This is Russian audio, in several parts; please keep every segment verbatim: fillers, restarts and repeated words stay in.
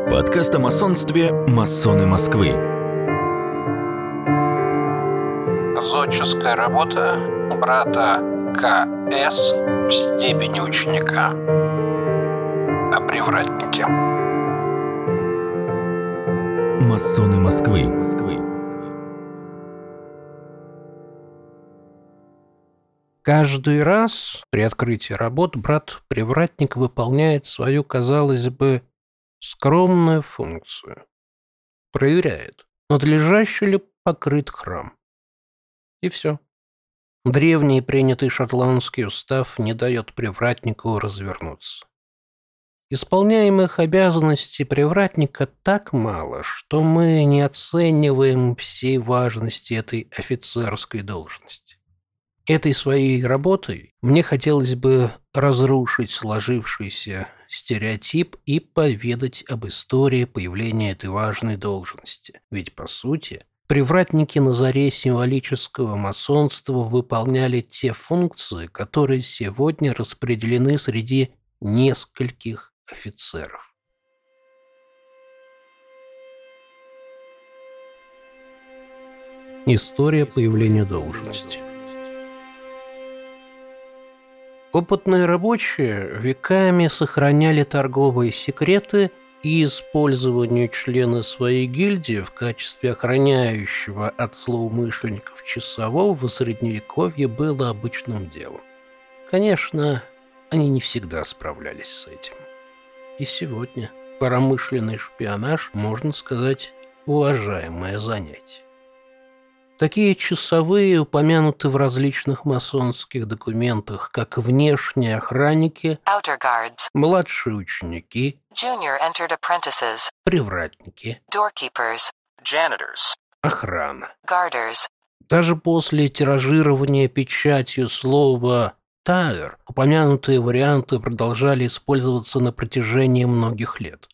Подкаст о масонстве «Масоны Москвы». Зодческая работа брата К С в степени ученика. О привратнике. Масоны Москвы. Каждый раз при открытии работ брат-привратник выполняет свою, казалось бы, скромную функцию. Проверяет, надлежаще ли покрыт храм. И все. Древний принятый шотландский устав не дает привратнику развернуться. Исполняемых обязанностей привратника так мало, что мы не оцениваем всей важности этой офицерской должности. Этой своей работой мне хотелось бы разрушить сложившийся стереотип и поведать об истории появления этой важной должности. Ведь, по сути, привратники на заре символического масонства выполняли те функции, которые сегодня распределены среди нескольких офицеров. История появления должности. Опытные рабочие веками сохраняли торговые секреты, и использование члена своей гильдии в качестве охраняющего от злоумышленников часового в Средневековье было обычным делом. Конечно, они не всегда справлялись с этим. И сегодня промышленный шпионаж, можно сказать, уважаемое занятие. Такие часовые упомянуты в различных масонских документах, как внешние охранники, младшие ученики, привратники, охрана. Даже после тиражирования печатью слова «талер» упомянутые варианты продолжали использоваться на протяжении многих лет.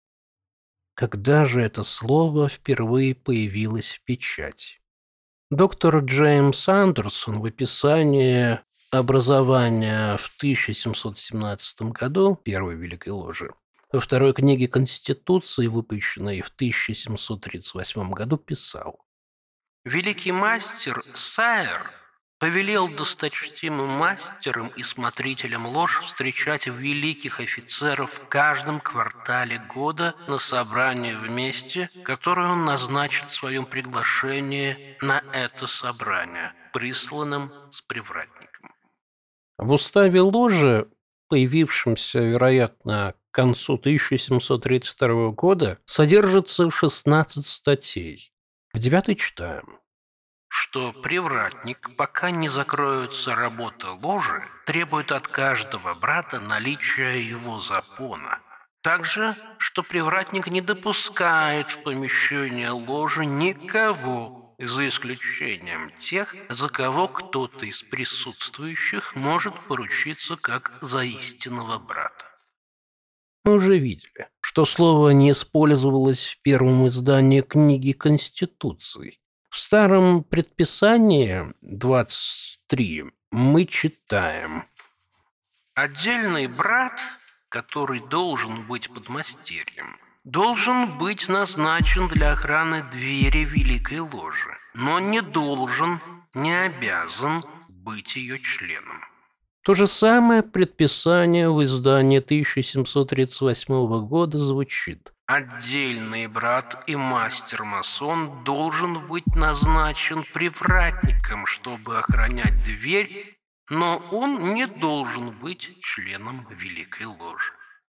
Когда же это слово впервые появилось в печати? Доктор Джеймс Андерсон в описании образования в тысяча семьсот семнадцатом году Первой Великой Ложи во второй книге Конституции, выпущенной в тысяча семьсот тридцать восьмом году, писал: «Великий мастер Сайер повелел досточтимым мастерам и смотрителям лож встречать великих офицеров в каждом квартале года на собрании вместе, которое он назначит в своем приглашении на это собрание, присланным с привратником». В уставе ложи, появившемся, вероятно, к концу тысяча семьсот тридцать второго года, содержится шестнадцать статей. В девятой читаем, что привратник, пока не закроется работа ложи, требует от каждого брата наличия его запона. Также, что привратник не допускает в помещение ложи никого, за исключением тех, за кого кто-то из присутствующих может поручиться как за истинного брата. Мы уже видели, что слово не использовалось в первом издании книги Конституции. В старом предписании двадцать три мы читаем: «Отдельный брат, который должен быть подмастерьем, должен быть назначен для охраны двери Великой Ложи, но не должен, не обязан быть ее членом». То же самое предписание в издании тысяча семьсот тридцать восьмого года звучит: «Отдельный брат и мастер-масон должен быть назначен привратником, чтобы охранять дверь, но он не должен быть членом Великой Ложи».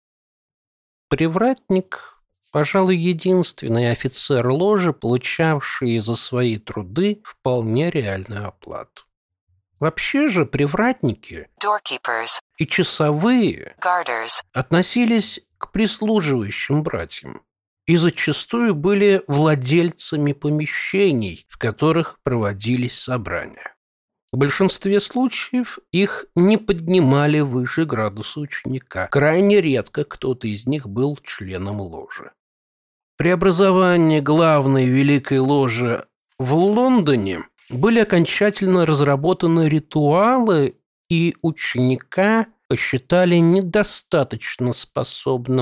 Привратник, пожалуй, единственный офицер ложи, получавший за свои труды вполне реальную оплату. Вообще же привратники и часовые относились к прислуживающим братьям и зачастую были владельцами помещений, в которых проводились собрания. В большинстве случаев их не поднимали выше градуса ученика. Крайне редко кто-то из них был членом ложи. При образовании главной Великой Ложи в Лондоне были окончательно разработаны ритуалы, и ученика посчитали недостаточно способным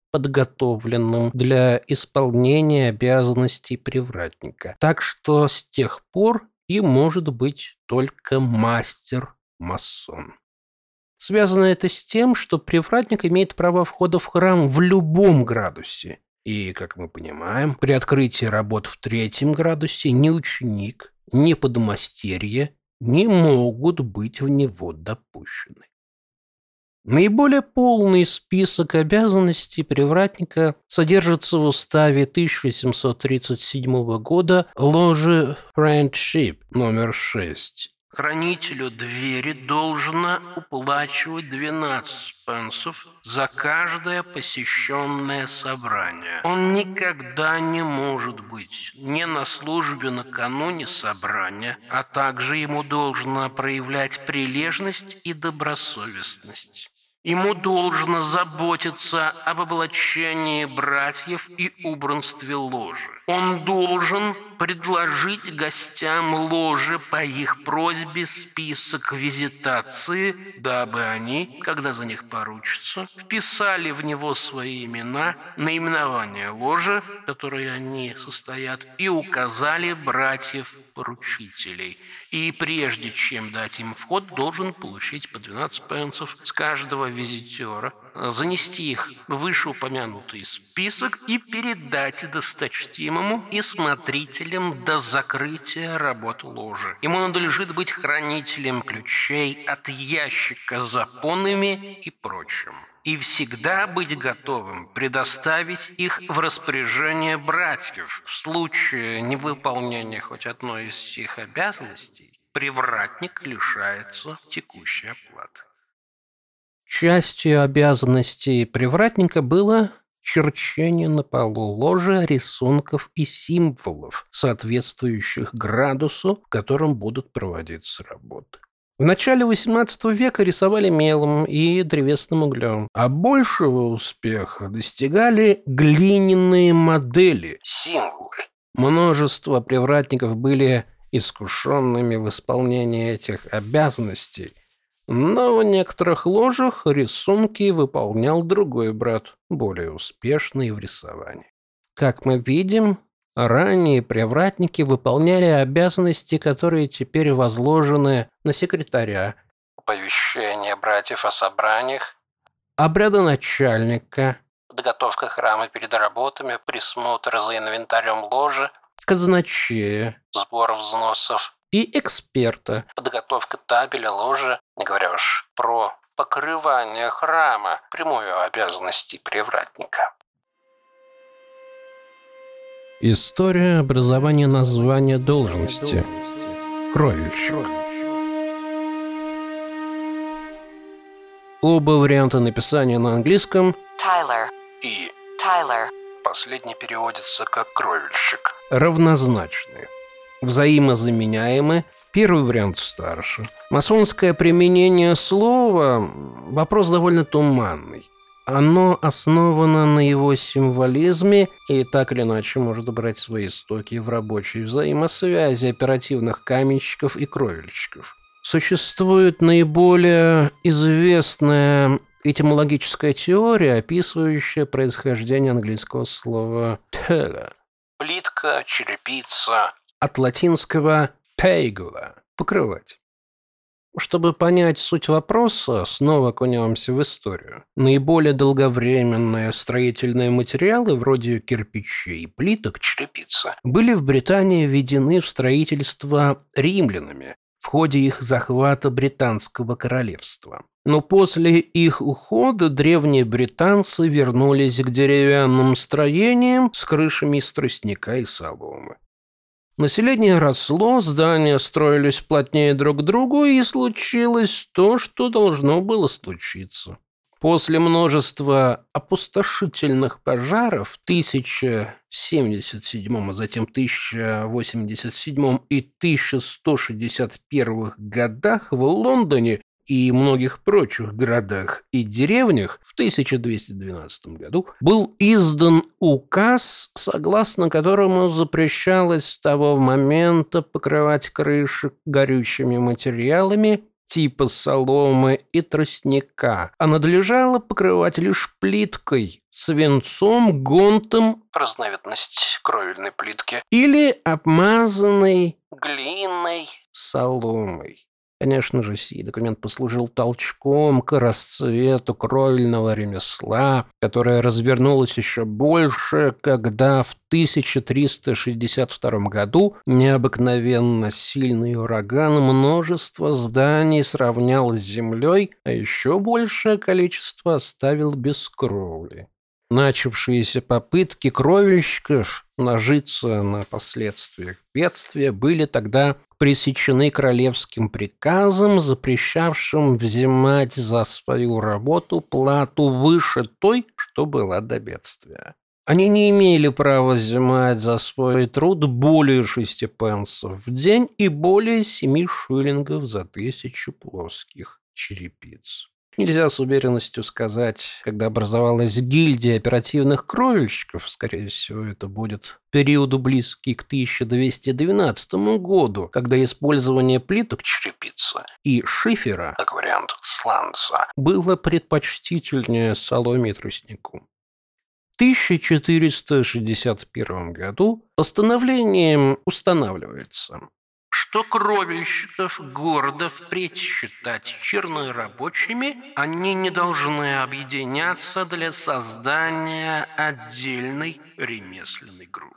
подготовленным для исполнения обязанностей привратника. Так что с тех пор и может быть только мастер-масон. Связано это с тем, что привратник имеет право входа в храм в любом градусе. И, как мы понимаем, при открытии работ в третьем градусе ни ученик, ни подмастерье не могут быть в него допущены. Наиболее полный список обязанностей привратника содержится в уставе тысяча семьсот тридцать седьмого года ложи Friendship номер шесть. Хранителю двери должно уплачивать двенадцать пенсов за каждое посещенное собрание. Он никогда не может быть не на службе накануне собрания, а также ему должно проявлять прилежность и добросовестность. Ему должно заботиться об облачении братьев и убранстве ложи. Он должен предложить гостям ложи по их просьбе список визитации, дабы они, когда за них поручатся, вписали в него свои имена, наименование ложи, в которой они состоят, и указали братьев-поручителей. И прежде чем дать им вход, должен получить по двенадцать пенсов с каждого визитера, занести их в вышеупомянутый список и передать досточтимому и смотрителям до закрытия работ ложи. Ему надлежит быть хранителем ключей от ящика с запонами и прочим, и всегда быть готовым предоставить их в распоряжение братьев. В случае невыполнения хоть одной из их обязанностей привратник лишается текущей оплаты. Частью обязанностей привратника было черчение на полу ложи рисунков и символов, соответствующих градусу, в котором будут проводиться работы. В начале восемнадцатого века рисовали мелом и древесным углем, а большего успеха достигали глиняные модели, символы. Множество привратников были искушенными в исполнении этих обязанностей, но в некоторых ложах рисунки выполнял другой брат, более успешный в рисовании. Как мы видим, ранние привратники выполняли обязанности, которые теперь возложены на секретаря, оповещение братьев о собраниях, обряды начальника, подготовка храма перед работами, присмотр за инвентарем ложи, казначея, сбор взносов и эксперта, подготовка табеля ложи, не говоря уж про покрывание храма, прямую обязанность привратника. История образования названия должности. Кровельщик. Оба варианта написания на английском Tyler и Tyler последний переводится как кровельщик равнозначны. Взаимозаменяемы, первый вариант старше. Масонское применение слова – вопрос довольно туманный. Оно основано на его символизме и так или иначе может брать свои истоки в рабочей взаимосвязи оперативных каменщиков и кровельщиков. Существует наиболее известная этимологическая теория, описывающая происхождение английского слова «tela» – плитка, черепица, от латинского «tegula» – покрывать. Чтобы понять суть вопроса, снова окунемся в историю. Наиболее долговременные строительные материалы, вроде кирпичей и плиток, черепица, были в Британии введены в строительство римлянами в ходе их захвата британского королевства. Но после их ухода древние британцы вернулись к деревянным строениям с крышами из тростника и соломы. Население росло, здания строились плотнее друг к другу, и случилось то, что должно было случиться. После множества опустошительных пожаров в тысяча семьдесят седьмом, а затем тысяча восемьдесят седьмом и тысяча сто шестьдесят первых годах в Лондоне и многих прочих городах и деревнях в тысяча двести двенадцатом году был издан указ, согласно которому запрещалось с того момента покрывать крыши горючими материалами типа соломы и тростника, а надлежало покрывать лишь плиткой, свинцом, гонтом, разновидность кровельной плитки, или обмазанной глиной соломой. Конечно же, сей документ послужил толчком к расцвету кровельного ремесла, которое развернулось еще больше, когда в тысяча триста шестьдесят втором году необыкновенно сильный ураган множество зданий сравнял с землей, а еще большее количество оставил без кровли. Начавшиеся попытки кровельщиков нажиться на последствиях бедствия были тогда пресечены королевским приказом, запрещавшим взимать за свою работу плату выше той, что была до бедствия. Они не имели права взимать за свой труд более шести пенсов в день и более семи шиллингов за тысячу плоских черепиц. Нельзя с уверенностью сказать, когда образовалась гильдия оперативных кровельщиков, скорее всего, это будет периоду близкий к тысяча двести двенадцатому году, когда использование плиток черепицы и шифера, как вариант сланца, было предпочтительнее соломе и тростнику. В тысяча четыреста шестьдесят первом году постановлением устанавливается, что кровельщиков города впредь считать чернорабочими, они не должны объединяться для создания отдельной ремесленной группы.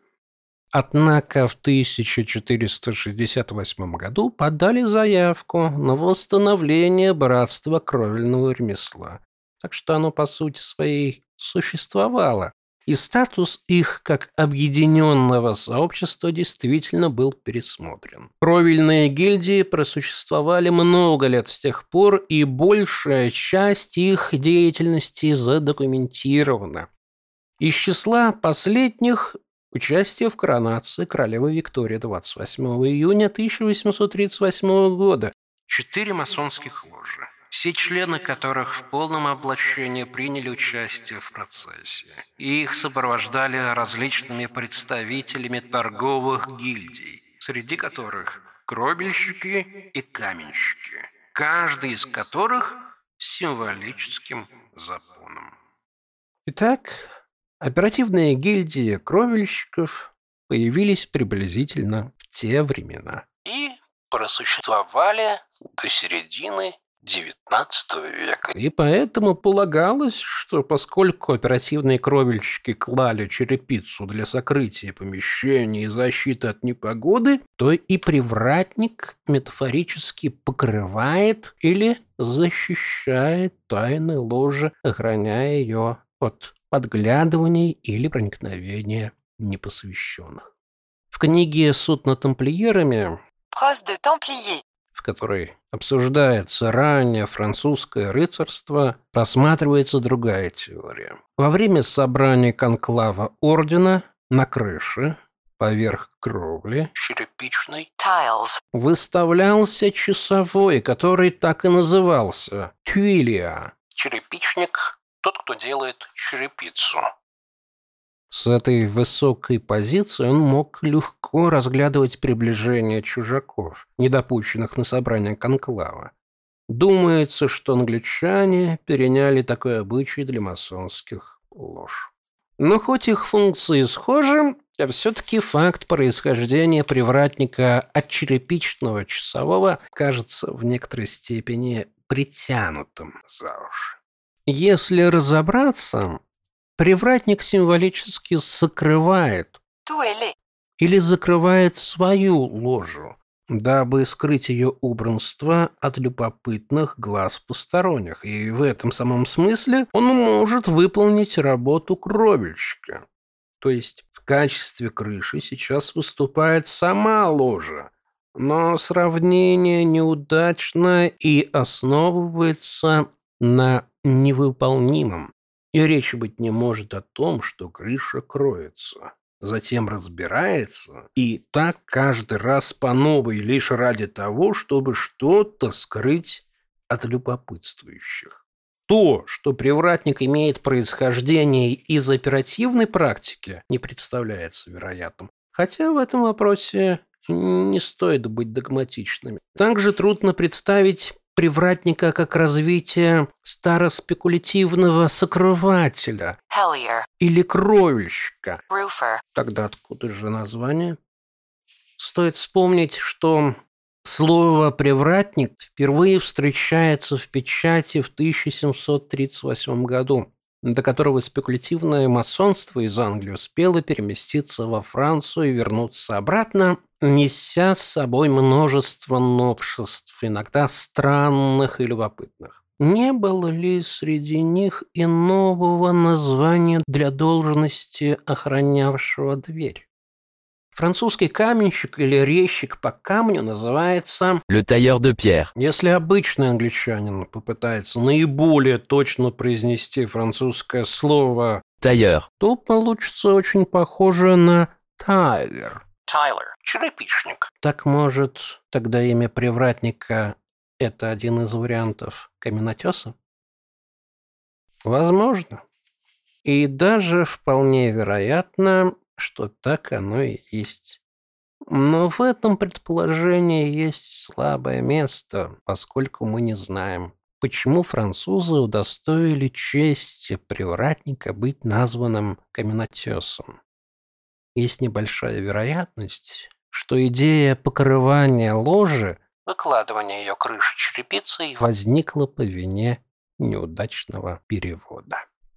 Однако в тысяча четыреста шестьдесят восьмом году подали заявку на восстановление братства кровельного ремесла, так что оно по сути своей существовало. И статус их как объединенного сообщества действительно был пересмотрен. Кровельные гильдии просуществовали много лет с тех пор, и большая часть их деятельности задокументирована. Из числа последних участие в коронации королевы Виктории двадцать восьмого июня тысяча восемьсот тридцать восьмого года. Четыре масонских ложи, все члены которых в полном облачении приняли участие в процессе, и их сопровождали различными представителями торговых гильдий, среди которых кровельщики и каменщики, каждый из которых с символическим запоном. Итак, оперативные гильдии кровельщиков появились приблизительно в те времена и просуществовали до середины девятнадцатого века. И поэтому полагалось, что поскольку оперативные кровельщики клали черепицу для сокрытия помещений и защиты от непогоды, то и привратник метафорически покрывает или защищает тайны ложи, охраняя ее от подглядываний или проникновения непосвященных. В книге «Суд над тамплиерами», в которой обсуждается раннее французское рыцарство, просматривается другая теория. Во время собрания конклава ордена на крыше, поверх кровли, черепичной, tiles, выставлялся часовой, который так и назывался – тюилья, черепичник, тот, кто делает черепицу. С этой высокой позиции он мог легко разглядывать приближение чужаков, недопущенных на собрание конклава. Думается, что англичане переняли такой обычай для масонских лож. Но хоть их функции схожи, а все-таки факт происхождения привратника от черепичного часового кажется в некоторой степени притянутым за уши. Если разобраться, привратник символически сокрывает или закрывает свою ложу, дабы скрыть ее убранство от любопытных глаз посторонних, и в этом самом смысле он может выполнить работу кровельщика. То есть в качестве крыши сейчас выступает сама ложа, но сравнение неудачно и основывается на невыполнимом. И речи быть не может о том, что крыша кроется, затем разбирается, и так каждый раз по новой, лишь ради того, чтобы что-то скрыть от любопытствующих. То, что привратник имеет происхождение из оперативной практики, не представляется вероятным, хотя в этом вопросе Не стоит быть догматичными. Также трудно представить привратника как развитие староспекулятивного сокрывателя Hellier, или кровельщика. Roofer, Тогда откуда же название? Стоит вспомнить, что слово «привратник» впервые встречается в печати в тысяча семьсот тридцать восьмом году, до которого спекулятивное масонство из Англии успело переместиться во Францию и вернуться обратно, неся с собой множество новшеств, иногда странных и любопытных. Не было ли среди них и нового названия для должности охранявшего дверь? Французский каменщик или резчик по камню называется Le tailleur de pierre. Если обычный англичанин попытается наиболее точно произнести французское слово Tailleur. то получится очень похоже на Тайлер. Tyler, Черепичник. Так, может, тогда имя привратника – это один из вариантов каменотеса? Возможно. И даже вполне вероятно, что так оно и есть. Но в этом предположении есть слабое место, поскольку мы не знаем, почему французы удостоили чести привратника быть названным каменотесом. Есть небольшая вероятность, что идея покрывания ложи, выкладывания ее крыши черепицей, возникла по вине неудачного перевода.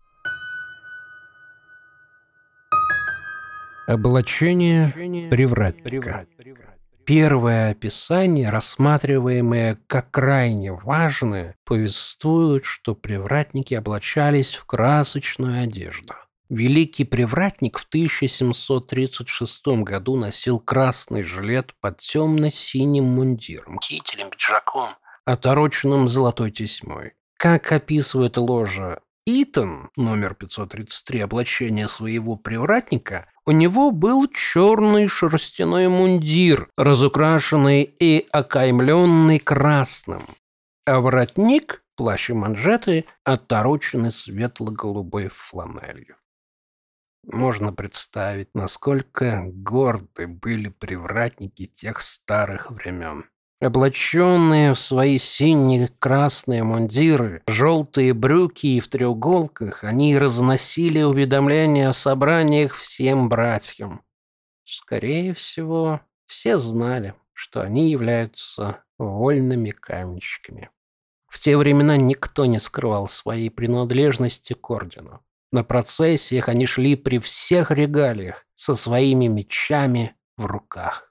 Облачение привратника. Первое описание, рассматриваемое как крайне важное, повествует, что привратники облачались в красочную одежду. Великий привратник в тысяча семьсот тридцать шестом году носил красный жилет под темно-синим мундиром, кителем, пиджаком, отороченным золотой тесьмой. Как описывает ложа Итон, номер пятьсот тридцать три, облачение своего привратника, у него был черный шерстяной мундир, разукрашенный и окаймленный красным, а воротник, плащ и манжеты оторочены светло-голубой фланелью. Можно представить, насколько горды были привратники тех старых времен. Облаченные в свои синие красные мундиры, желтые брюки и в треуголках, они разносили уведомления о собраниях всем братьям. Скорее всего, все знали, что они являются вольными каменщиками. В те времена никто не скрывал своей принадлежности к ордену. На процессиях они шли при всех регалиях со своими мечами в руках.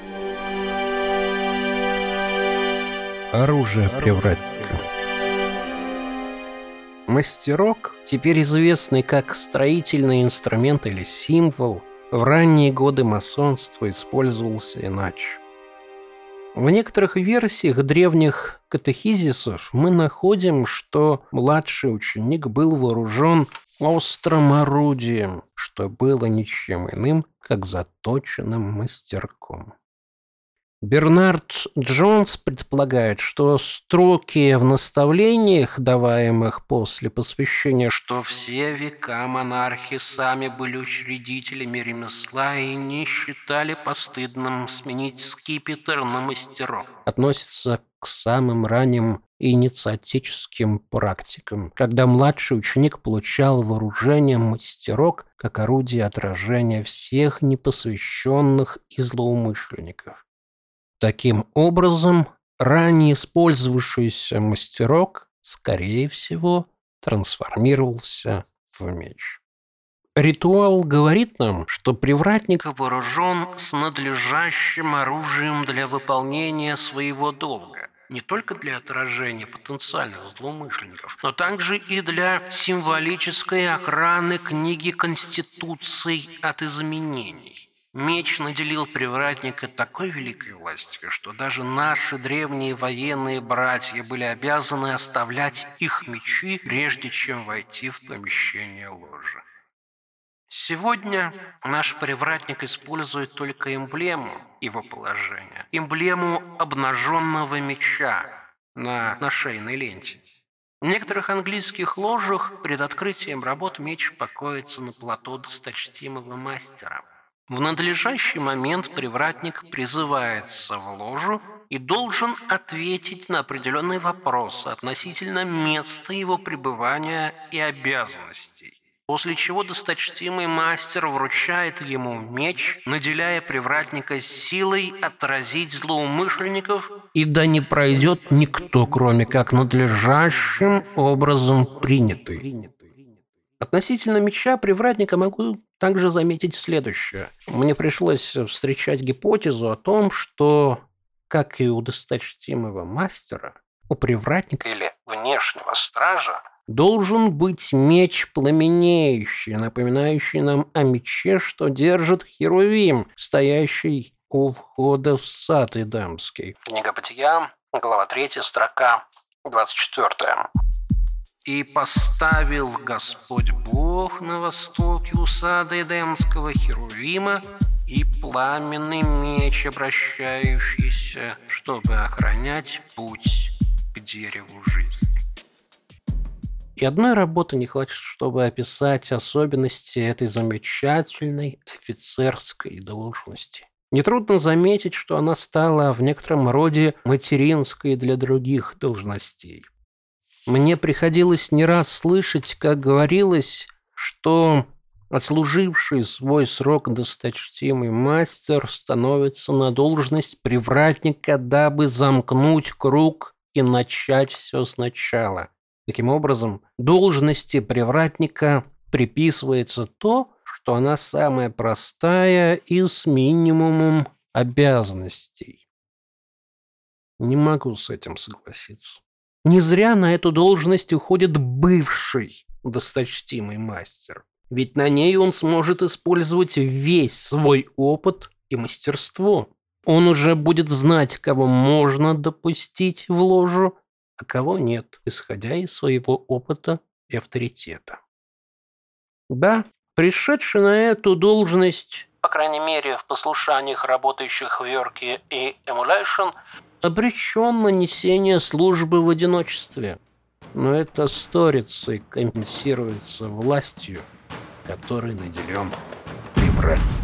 Оружие привратника. Мастерок, теперь известный как строительный инструмент или символ, в ранние годы масонства использовался иначе. В некоторых версиях древних катехизисов мы находим, что младший ученик был вооружен острым орудием, что было ничем иным, как заточенным мастерком. Бернард Джонс предполагает, что строки в наставлениях, даваемых после посвящения, что все века монархи сами были учредителями ремесла и не считали постыдным сменить скипетр на мастеров, относятся к самым ранним инициатическим практикам, когда младший ученик получал вооружение мастерок как орудие отражения всех непосвященных и злоумышленников. Таким образом, ранее использовавшийся мастерок, скорее всего, трансформировался в меч. Ритуал говорит нам, что привратник вооружен с надлежащим оружием для выполнения своего долга, не только для отражения потенциальных злоумышленников, но также и для символической охраны книги Конституций от изменений. Меч наделил привратника такой великой властью, что даже наши древние военные братья были обязаны оставлять их мечи, прежде чем войти в помещение ложи. Сегодня наш привратник использует только эмблему его положения, эмблему обнаженного меча на нашейной ленте. В некоторых английских ложах перед открытием работ меч покоится на плато досточтимого мастера. В надлежащий момент привратник призывается в ложу и должен ответить на определенные вопросы относительно места его пребывания и обязанностей. После чего досточтимый мастер вручает ему меч, наделяя привратника силой отразить злоумышленников, и да не пройдет никто, кроме как надлежащим образом принятый. Относительно меча привратника могу также заметить следующее. Мне пришлось встречать гипотезу о том, что, как и у досточтимого мастера, у привратника или внешнего стража должен быть меч пламенеющий, напоминающий нам о мече, что держит Херувим, стоящий у входа в сад Эдемский. Книга Бытия, глава третья, строка двадцать четвёртая. «И поставил Господь Бог на востоке у сада Эдемского Херувима и пламенный меч, обращающийся, чтобы охранять путь к дереву жизни». И одной работы не хватит, чтобы описать особенности этой замечательной офицерской должности. Нетрудно заметить, что она стала в некотором роде материнской для других должностей. Мне приходилось не раз слышать, как говорилось, что отслуживший свой срок досточтимый мастер становится на должность привратника, дабы замкнуть круг и начать все сначала. Таким образом, должности привратника приписывается то, что она самая простая и с минимумом обязанностей. Не могу с этим согласиться. Не зря на эту должность уходит бывший досточтимый мастер. Ведь на ней он сможет использовать весь свой опыт и мастерство. Он уже будет знать, кого можно допустить в ложу, а кого нет, исходя из своего опыта и авторитета. Да, пришедший на эту должность, по крайней мере в послушаниях, работающих в Верке и Emulation, обречен на несение службы в одиночестве. Но это сторицей компенсируется властью, которой наделен привратник.